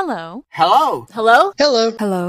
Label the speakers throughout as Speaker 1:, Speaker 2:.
Speaker 1: Hello.
Speaker 2: Hello.
Speaker 1: Hello?
Speaker 3: Hello.
Speaker 1: Hello?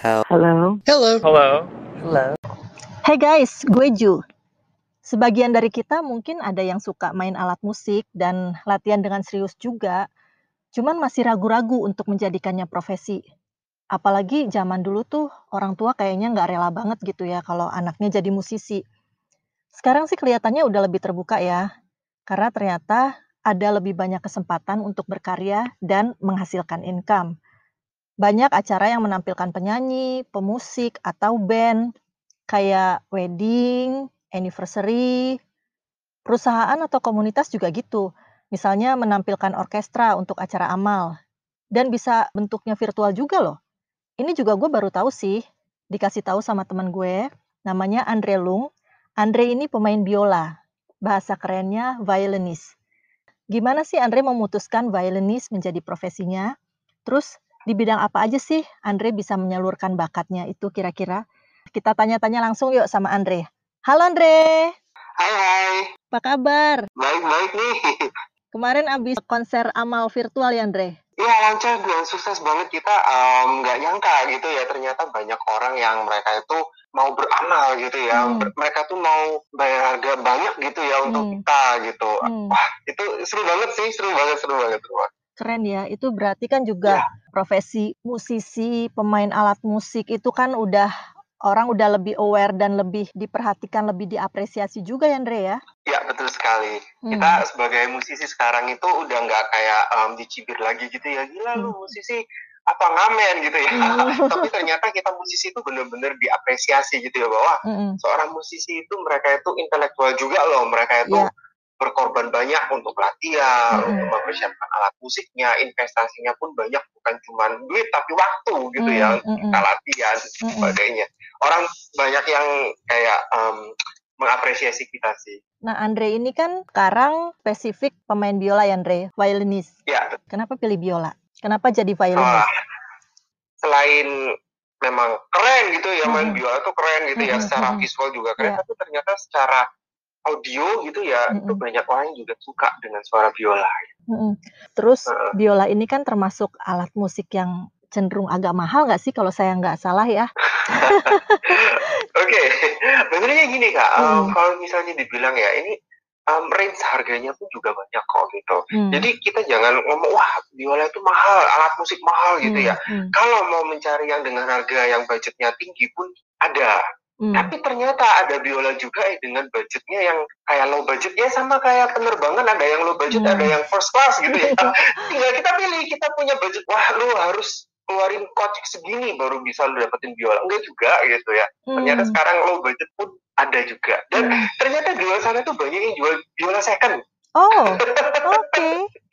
Speaker 4: Halo.
Speaker 3: Hello.
Speaker 2: Hello.
Speaker 4: Hey guys, gue Ju. Sebagian dari kita mungkin ada yang suka main alat musik dan latihan dengan serius juga, cuman masih ragu-ragu untuk menjadikannya profesi. Apalagi zaman dulu tuh orang tua kayaknya nggak rela banget gitu ya kalau anaknya jadi musisi. Sekarang sih kelihatannya udah lebih terbuka ya, karena ternyata ada lebih banyak kesempatan untuk berkarya dan menghasilkan income. Banyak acara yang menampilkan penyanyi, pemusik, atau band, kayak wedding, anniversary, perusahaan atau komunitas juga gitu. Misalnya menampilkan orkestra untuk acara amal. Dan bisa bentuknya virtual juga loh. Ini juga gue baru tahu sih, dikasih tahu sama teman gue, namanya Andre Lung. Andre ini pemain biola, bahasa kerennya violinist. Gimana sih Andre memutuskan violinist menjadi profesinya? Terus di bidang apa aja sih Andre bisa menyalurkan bakatnya itu kira-kira? Kita tanya-tanya langsung yuk sama Andre. Halo Andre,
Speaker 5: Hai,
Speaker 4: apa kabar?
Speaker 5: baik-baik nih.
Speaker 4: Kemarin abis konser amal virtual ya Andre?
Speaker 5: Ya lancar dan sukses banget kita. Nggak nyangka gitu ya, ternyata banyak orang yang mereka itu mau beramal gitu ya. Mereka tuh mau bayar harga banyak gitu ya untuk kita gitu. Wah, itu seru banget sih, seru banget.
Speaker 4: Keren ya, itu berarti kan juga profesi musisi, pemain alat musik itu kan orang udah lebih aware dan lebih diperhatikan, lebih diapresiasi juga ya Andre ya?
Speaker 5: Ya, betul sekali. Kita sebagai musisi sekarang itu udah nggak kayak dicibir lagi gitu ya. Gila lu musisi apa ngamen gitu ya. Tapi ternyata kita musisi itu benar-benar diapresiasi gitu ya, bahwa seorang musisi itu mereka itu intelektual juga loh. Mereka itu berkorban banyak untuk latihan, untuk mempersiapkan alat musiknya, investasinya pun banyak, bukan cuma duit tapi waktu gitu ya, kita latihan dan sebagainya. Orang banyak yang kayak mengapresiasi kita sih.
Speaker 4: Nah Andre ini kan sekarang spesifik pemain biola ya Andre, violinist.
Speaker 5: Ya.
Speaker 4: Kenapa pilih biola? Kenapa jadi violinist?
Speaker 5: Selain memang keren gitu ya, main biola tuh keren gitu ya, secara visual juga keren, tapi ternyata secara audio gitu ya, itu banyak orang yang juga suka dengan suara biola.
Speaker 4: Terus biola ini kan termasuk alat musik yang cenderung agak mahal nggak sih kalau saya nggak salah ya?
Speaker 5: Oke, sebenarnya gini Kak, kalau misalnya dibilang ya ini range harganya pun juga banyak kok gitu. Jadi kita jangan ngomong wah biola itu mahal, alat musik mahal gitu ya. Kalau mau mencari yang dengan harga yang budgetnya tinggi pun ada. Tapi ternyata ada biola juga dengan budgetnya yang kayak low budget ya, sama kayak penerbangan, ada yang low budget, ada yang first class gitu ya. Tinggal kita pilih, kita punya budget, wah lu harus keluarin kocek segini baru bisa lu dapetin biola. Enggak juga gitu ya. Ternyata sekarang low budget pun ada juga. Dan ternyata di luar sana tuh banyak yang jual biola second.
Speaker 4: Oh, oke.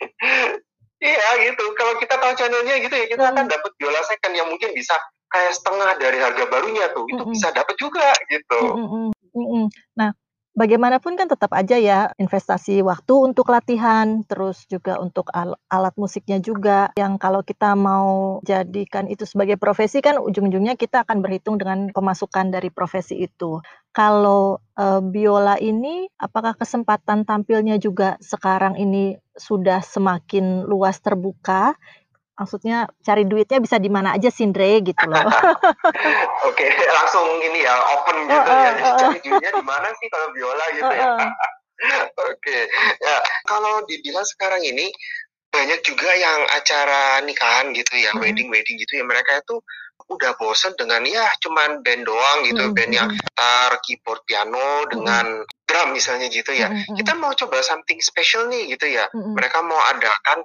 Speaker 5: Iya gitu. Kalau kita tahu channelnya gitu ya, kita akan dapat biola second yang mungkin bisa kayak setengah dari harga barunya tuh. Itu bisa dapat juga gitu.
Speaker 4: Nah, bagaimanapun kan tetap aja ya investasi waktu untuk latihan, terus juga untuk alat musiknya juga. Yang kalau kita mau jadikan itu sebagai profesi kan ujung-ujungnya kita akan berhitung dengan pemasukan dari profesi itu. Kalau biola ini, apakah kesempatan tampilnya juga sekarang ini sudah semakin luas terbuka? Maksudnya cari duitnya bisa di mana aja sih Andre gitu loh.
Speaker 5: Oke, langsung ini ya open gitu ya. Jadi cari duitnya di mana sih kalau biola gitu ya. Oke, ya kalau dibilang sekarang ini banyak juga yang acara nikahan gitu ya, wedding gitu ya, mereka itu udah bosen dengan ya cuman band doang gitu, band yang gitar, keyboard, piano dengan drum misalnya gitu ya. Kita mau coba something special nih gitu ya. Mereka mau adakan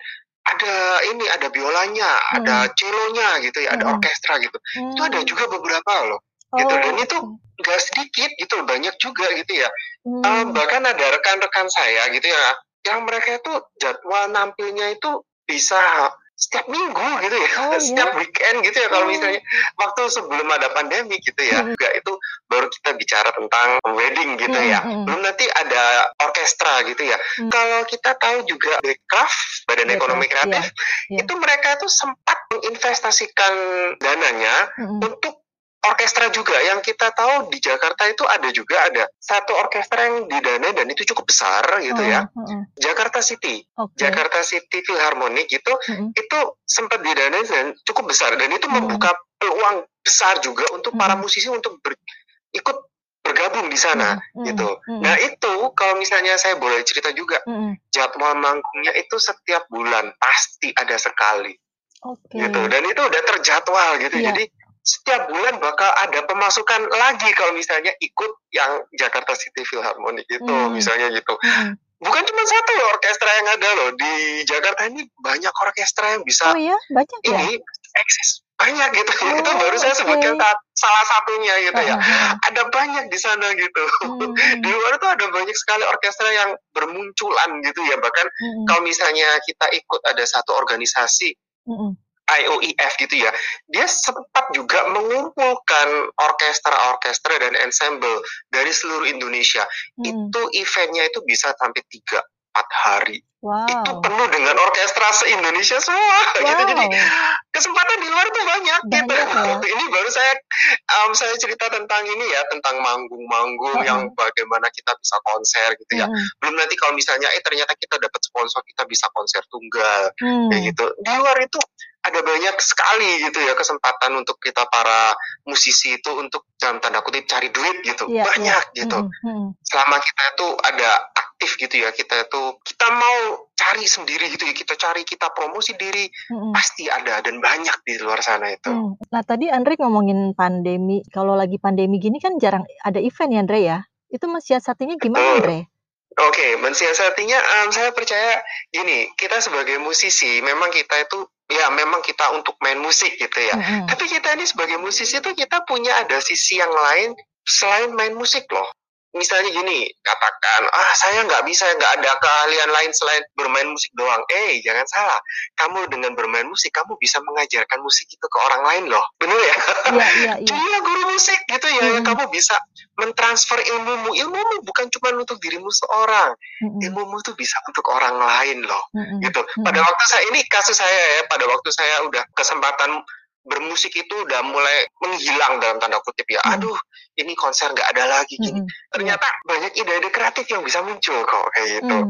Speaker 5: ada biolanya, ada celonya gitu ya, ada orkestra gitu. Itu ada juga beberapa loh. Gitu. Dan itu gak sedikit gitu, banyak juga gitu ya. Bahkan ada rekan-rekan saya gitu ya, yang mereka itu jadwal nampilnya itu bisa setiap minggu gitu ya, setiap weekend gitu ya. Kalau misalnya waktu sebelum ada pandemi gitu ya, juga itu baru kita bicara tentang wedding gitu ya. Belum nanti ada orkestra gitu ya. Kalau kita tahu juga Backcraft, Badan Ekonomi Kreatif, itu mereka tuh sempat menginvestasikan dananya untuk orkestra juga yang kita tahu di Jakarta itu ada satu orkestra yang didanai dan itu cukup besar gitu ya. Jakarta City. Jakarta City Philharmonic itu sempat didanai dan cukup besar dan itu membuka peluang besar juga untuk para musisi untuk ikut bergabung di sana gitu. Nah itu kalau misalnya saya boleh cerita juga, jadwal manggungnya itu setiap bulan pasti ada sekali, gitu. Dan itu udah terjadwal gitu. Jadi setiap bulan bakal ada pemasukan lagi kalau misalnya ikut yang Jakarta City Philharmonic itu, misalnya gitu. Bukan cuma satu loh orkestra yang ada loh di Jakarta ini, banyak orkestra yang bisa
Speaker 4: banyak
Speaker 5: ini eksis. Banyak gitu ya, itu baru saya sebutkan salah satunya gitu ya. Ada banyak di sana gitu. Di luar itu ada banyak sekali orkestra yang bermunculan gitu ya. Bahkan kalau misalnya kita ikut ada satu organisasi IOIF gitu ya, dia sempat juga mengumpulkan orkestra-orkestra dan ensemble dari seluruh Indonesia. Itu eventnya itu bisa sampai 3-4 hari. Itu penuh dengan orkestra se-Indonesia semua gitu. Jadi kesempatan di luar tuh banyak gitu. Ini baru saya cerita tentang ini ya, tentang manggung-manggung yang bagaimana kita bisa konser gitu ya. Belum nanti kalau misalnya ternyata kita dapat sponsor, kita bisa konser tunggal kayak gitu. Di luar itu ada banyak sekali gitu ya kesempatan untuk kita para musisi itu untuk dalam tanda kutip cari duit gitu. Banyak gitu. Selama kita itu ada aktif gitu ya, kita mau cari sendiri gitu ya, kita promosi diri, pasti ada dan banyak di luar sana itu.
Speaker 4: Nah tadi Andre ngomongin pandemi, kalau lagi pandemi gini kan jarang ada event ya Andre ya, itu mensiasatinya gimana Andre?
Speaker 5: Oke, mensiasatinya saya percaya gini, kita sebagai musisi memang kita itu ya memang kita untuk main musik gitu ya, tapi kita ini sebagai musisi itu kita punya ada sisi yang lain selain main musik loh. Misalnya gini, katakan, saya nggak ada keahlian lain selain bermain musik doang. Jangan salah. Kamu dengan bermain musik, kamu bisa mengajarkan musik itu ke orang lain loh. Bener ya? Jadilah guru musik gitu ya, yang kamu bisa mentransfer ilmumu. Ilmumu bukan cuma untuk dirimu seorang. Ilmumu itu bisa untuk orang lain loh. Gitu. Pada waktu kasus saya ya, pada waktu saya udah kesempatan bermusik itu udah mulai menghilang dalam tanda kutip ya. Aduh, ini konser nggak ada lagi gini. Ternyata banyak ide-ide kreatif yang bisa muncul kok kayak gitu.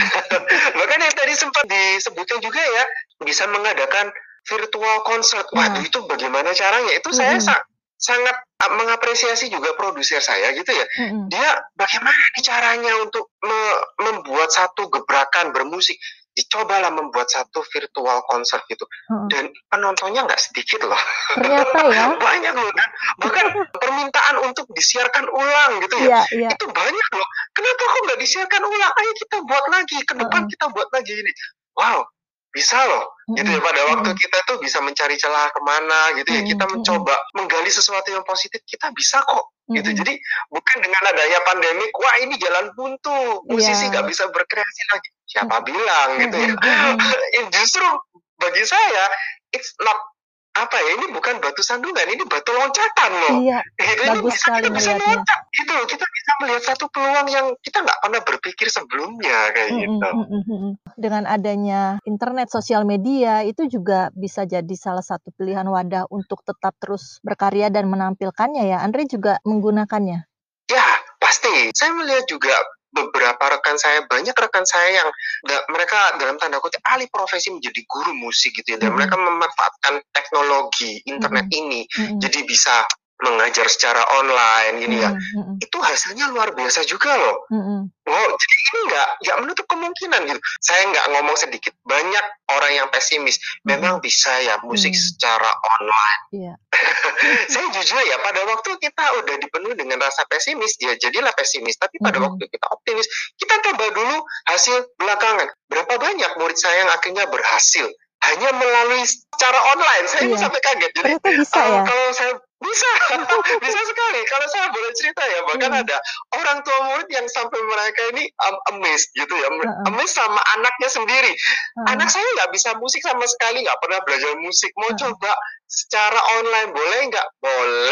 Speaker 5: Bahkan yang tadi sempat disebutkan juga ya, bisa mengadakan virtual concert. Waduh, itu bagaimana caranya? Itu saya sangat mengapresiasi juga produser saya gitu ya. Dia bagaimana caranya untuk membuat satu gebrakan bermusik. Dicobalah membuat satu virtual concert gitu. Dan penontonnya nggak sedikit loh.
Speaker 4: Ternyata ya.
Speaker 5: Banyak loh kan. Bahkan permintaan untuk disiarkan ulang gitu ya. Itu banyak loh. Kenapa kok nggak disiarkan ulang? Ayo kita buat lagi. Ke depan kita buat lagi ini. Wow. Bisa loh, gitu ya. Pada waktu kita tuh bisa mencari celah kemana, gitu ya. Kita mencoba menggali sesuatu yang positif, kita bisa kok, gitu. Jadi bukan dengan adanya pandemik, wah ini jalan buntu, musisi nggak bisa berkreasi lagi. Siapa bilang, gitu ya. Justru bagi saya, it's not ini bukan batu sandungan, ini batu loncatan loh.
Speaker 4: Bagus sekali melihatnya.
Speaker 5: Kita bisa melihat satu peluang yang kita nggak pernah berpikir sebelumnya kayak gitu.
Speaker 4: Dengan adanya internet, sosial media itu juga bisa jadi salah satu pilihan wadah untuk tetap terus berkarya dan menampilkannya ya. Andre juga menggunakannya?
Speaker 5: Ya pasti. Saya melihat juga beberapa banyak rekan saya yang mereka dalam tanda kutip alih profesi menjadi guru musik gitu ya, dan mereka memanfaatkan teknologi internet ini jadi bisa mengajar secara online gini ya. Itu hasilnya luar biasa juga loh. Jadi ini nggak menutup kemungkinan gitu. Saya nggak ngomong sedikit, banyak orang yang pesimis. Memang bisa ya musik secara online. Saya jujur ya, pada waktu kita udah dipenuhi dengan rasa pesimis, ya jadilah pesimis. Tapi pada waktu kita optimis, kita coba dulu hasil belakangan. Berapa banyak murid saya yang akhirnya berhasil hanya melalui secara online. Saya sampai kaget. Jadi
Speaker 4: bisa ya?
Speaker 5: Kalau saya bisa sekali. Kalau saya boleh cerita ya, bahkan ada orang tua murid yang sampai mereka ini amazed gitu ya, amazed sama anaknya sendiri. Anak saya nggak bisa musik sama sekali, nggak pernah belajar musik. Mau coba secara online boleh nggak? Boleh.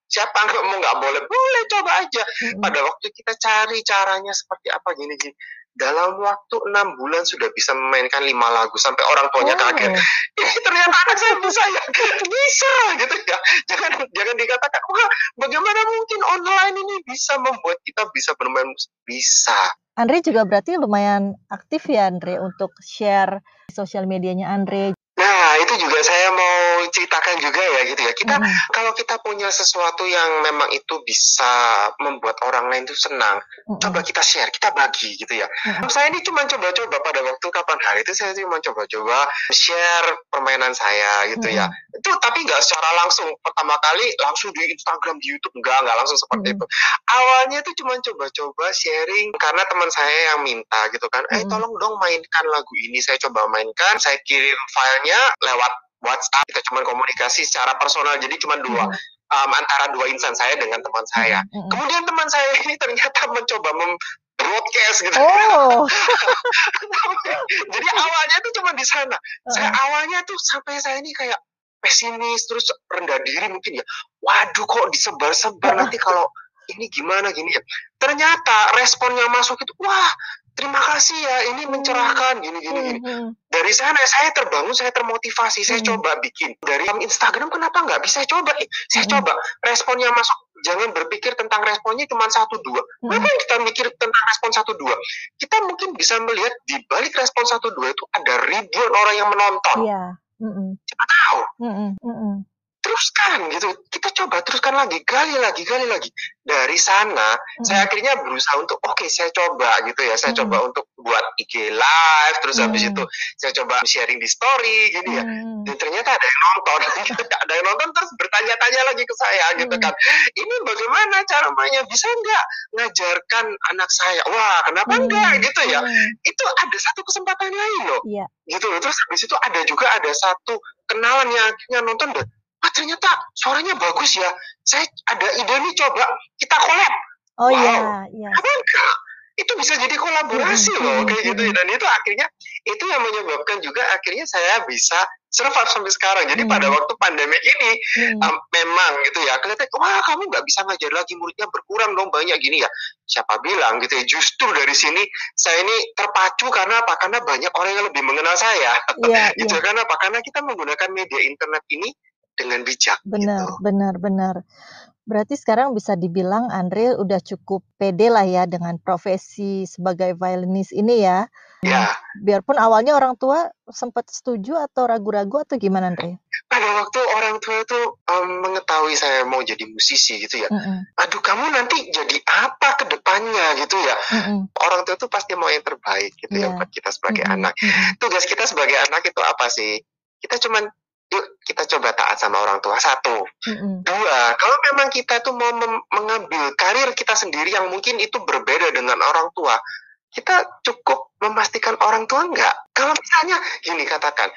Speaker 5: Siapa nggak boleh? Boleh, coba aja. Pada waktu kita cari caranya seperti apa gini-gini. Dalam waktu 6 bulan sudah bisa memainkan 5 lagu sampai orang tuanya kaget. Ini ternyata anak saya bisa ya, bisa gitu ya. Jangan dikatakan, wah bagaimana mungkin online ini bisa membuat kita bisa bermain musik. Bisa.
Speaker 4: Andre juga berarti lumayan aktif ya Andre untuk share sosial medianya Andre.
Speaker 5: Nah, itu juga saya mau ceritakan juga ya gitu ya. Kita kalau kita punya sesuatu yang memang itu bisa membuat orang lain itu senang, coba kita share, kita bagi gitu ya. Saya ini cuma coba-coba pada waktu kapan hari itu saya cuma coba-coba share permainan saya gitu ya. Itu tapi nggak secara langsung pertama kali langsung di Instagram, di YouTube, nggak langsung seperti itu. Awalnya itu cuma coba-coba sharing karena teman saya yang minta gitu kan. Tolong dong mainkan lagu ini, saya coba mainkan, saya kirim filenya lewat WhatsApp, kita cuma komunikasi secara personal, jadi cuma antara dua insan, saya dengan teman saya. Kemudian teman saya ini ternyata mencoba broadcast gitu. Jadi awalnya itu cuma di sana. Saya awalnya tuh sampai saya ini kayak pesimis, terus rendah diri mungkin ya. Waduh, kok disebar-sebar nanti kalau ini gimana gini ya. Ternyata responnya masuk itu, wah terima kasih ya, ini mencerahkan gini. Dari sana saya terbangun, saya termotivasi, saya coba bikin. Dari Instagram kenapa nggak bisa coba? Saya coba, responnya masuk. Jangan berpikir tentang responnya cuma 1-2. Ngapain kita mikir tentang respon 1-2? Kita mungkin bisa melihat di balik respon 1-2 itu ada ribuan orang yang menonton. Siapa tahu. Teruskan gitu, kita coba teruskan lagi, gali lagi. Dari sana saya akhirnya berusaha untuk saya coba gitu ya, saya coba untuk buat IG live, terus habis itu saya coba sharing di story gini ya, dan ternyata ada yang nonton. Ada yang nonton terus bertanya-tanya lagi ke saya gitu kan, ini bagaimana caranya, bisa nggak ngajarkan anak saya? Wah kenapa enggak gitu ya, itu ada satu kesempatan lain loh gitu. Terus habis itu ada satu kenalan yang akhirnya nonton dan ternyata suaranya bagus ya. Saya ada ide nih, coba kita collab. Apa enggak? Itu bisa jadi kolaborasi loh kayak gitu. Dan itu akhirnya itu yang menyebabkan juga akhirnya saya bisa survive sampai sekarang. Jadi pada waktu pandemi ini memang gitu ya, kelihatan wah kamu nggak bisa ngajar lagi, muridnya berkurang dong banyak gini ya. Siapa bilang gitu ya, justru dari sini saya ini terpacu karena apa? Karena banyak orang yang lebih mengenal saya. Gitu. Karena apa? Karena kita menggunakan media internet ini dengan bijak.
Speaker 4: Benar. Berarti sekarang bisa dibilang Andre udah cukup pede lah ya dengan profesi sebagai violinis ini ya. Biarpun awalnya orang tua sempat setuju atau ragu-ragu atau gimana Andre?
Speaker 5: Pada waktu orang tua itu mengetahui saya mau jadi musisi gitu ya. Aduh kamu nanti jadi apa ke depannya gitu ya. Orang tua itu pasti mau yang terbaik gitu ya buat kita sebagai anak. Tugas kita sebagai anak itu apa sih? Kita cuman yuk kita coba taat sama orang tua, 1. 2, kalau memang kita tuh mau mengambil karir kita sendiri yang mungkin itu berbeda dengan orang tua, kita cukup memastikan orang tua enggak. Kalau misalnya gini katakan,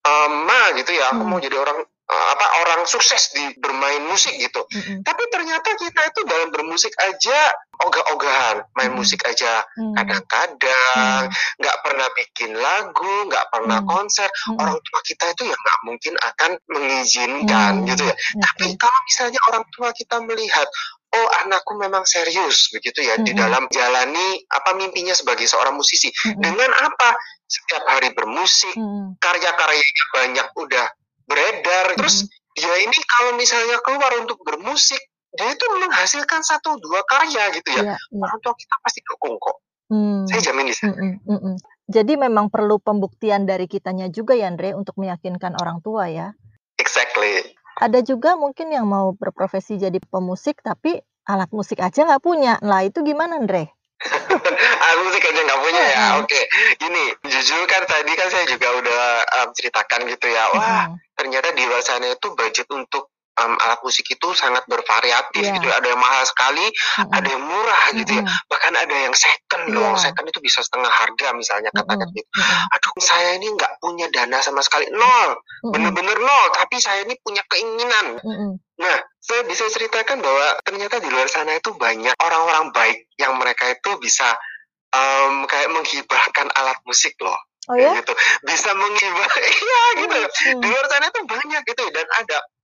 Speaker 5: Ma gitu ya, aku mau jadi orang sukses di bermain musik gitu. Tapi ternyata kita itu dalam bermusik aja ogah-ogahan, main musik aja kadang-kadang, nggak pernah bikin lagu, nggak pernah konser. Orang tua kita itu ya nggak mungkin akan mengizinkan gitu ya. Tapi kalau misalnya orang tua kita melihat, oh anakku memang serius begitu ya di dalam jalani mimpinya sebagai seorang musisi. Dengan apa? Setiap hari bermusik, karya-karyanya banyak udah beredar, terus dia ini kalau misalnya keluar untuk bermusik, dia itu menghasilkan 1-2 karya gitu ya. Orang tua kita pasti dukung kok. Saya jamin bisa.
Speaker 4: Jadi memang perlu pembuktian dari kitanya juga ya Andre untuk meyakinkan orang tua ya.
Speaker 5: Exactly.
Speaker 4: Ada juga mungkin yang mau berprofesi jadi pemusik tapi alat musik aja nggak punya. Lah itu gimana Andre?
Speaker 5: Alat musik aja nggak punya ya. Oke. Gini, jujur kan tadi kan saya juga udah ceritakan gitu ya. Wah, ternyata di luar sana itu budget untuk alat musik itu sangat bervariatif gitu. Ada yang mahal sekali, ada yang murah gitu ya. Bahkan ada yang second loh. Second itu bisa setengah harga misalnya katakan gitu. Aduh, saya ini nggak punya dana sama sekali, nol. Bener-bener nol. Tapi saya ini punya keinginan. Nah, saya bisa ceritakan bahwa ternyata di luar sana itu banyak orang-orang baik yang mereka itu bisa kayak menghibahkan alat musik loh.
Speaker 4: Oh ya?
Speaker 5: Gitu. Bisa menghibah, iya gitu. Di luar sana itu banyak gitu dan ada.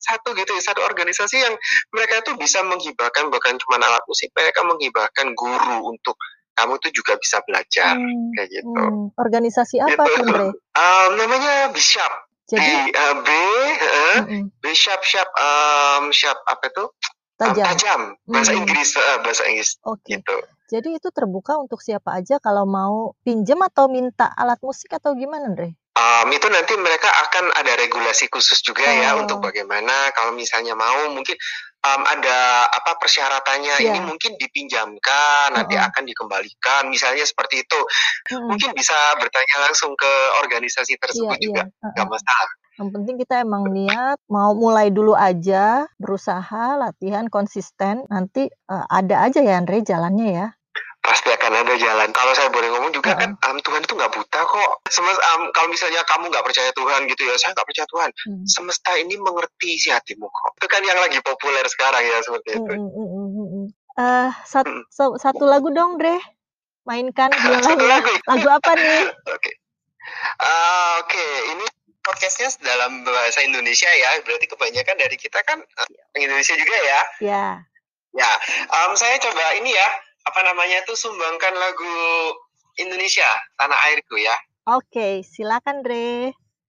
Speaker 5: satu gitu ya, satu organisasi yang mereka tuh bisa menghibahkan bukan cuma alat musik, mereka menghibahkan guru untuk kamu tuh juga bisa belajar kayak gitu.
Speaker 4: Organisasi apa tuh, Andre?
Speaker 5: Namanya Bishop.
Speaker 4: Jadi
Speaker 5: Bishop apa itu?
Speaker 4: tajam.
Speaker 5: Bahasa Inggris.
Speaker 4: Oke.
Speaker 5: Gitu.
Speaker 4: Jadi itu terbuka untuk siapa aja kalau mau pinjam atau minta alat musik atau gimana, Andre?
Speaker 5: Itu nanti mereka akan ada regulasi khusus juga ya untuk bagaimana kalau misalnya mau mungkin ada apa persyaratannya ini mungkin dipinjamkan nanti akan dikembalikan misalnya seperti itu. Mungkin bisa bertanya langsung ke organisasi tersebut juga nggak masalah.
Speaker 4: Yang penting kita emang niat mau mulai dulu aja, berusaha, latihan konsisten, nanti ada aja ya Andre jalannya ya.
Speaker 5: Pasti akan ada jalan. Kalau saya boleh ngomong juga kan Tuhan itu nggak buta kok. Kalau misalnya kamu nggak percaya Tuhan gitu ya, saya nggak percaya Tuhan. Semesta ini mengerti isi hatimu kok. Itu kan yang lagi populer sekarang ya seperti itu.
Speaker 4: Satu lagu dong, Dre. Mainkan biolanya. Lagu apa nih?
Speaker 5: Oke, ini podcastnya dalam bahasa Indonesia ya. Berarti kebanyakan dari kita kan Indonesia juga ya.
Speaker 4: Ya.
Speaker 5: Ya, saya coba ini ya. Apa namanya itu sumbangkan lagu Indonesia Tanah Airku ya.
Speaker 4: Oke, silakan Dre.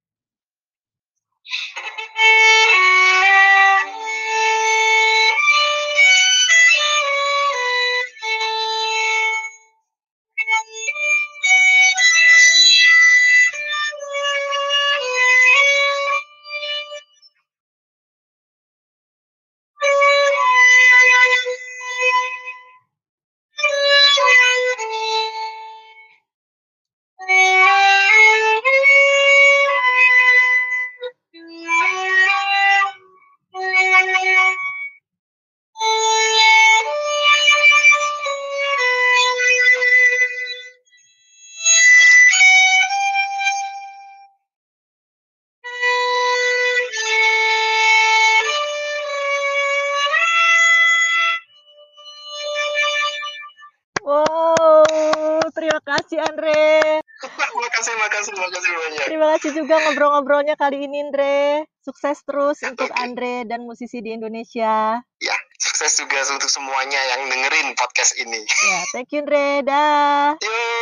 Speaker 4: Wow, terima kasih Andre.
Speaker 5: Makasih banyak.
Speaker 4: Terima kasih juga ngobrol-ngobrolnya kali ini Andre. Sukses terus untuk Andre dan musisi di Indonesia.
Speaker 5: Ya, sukses juga untuk semuanya yang dengerin podcast ini.
Speaker 4: Ya, thank you Andre. Dah.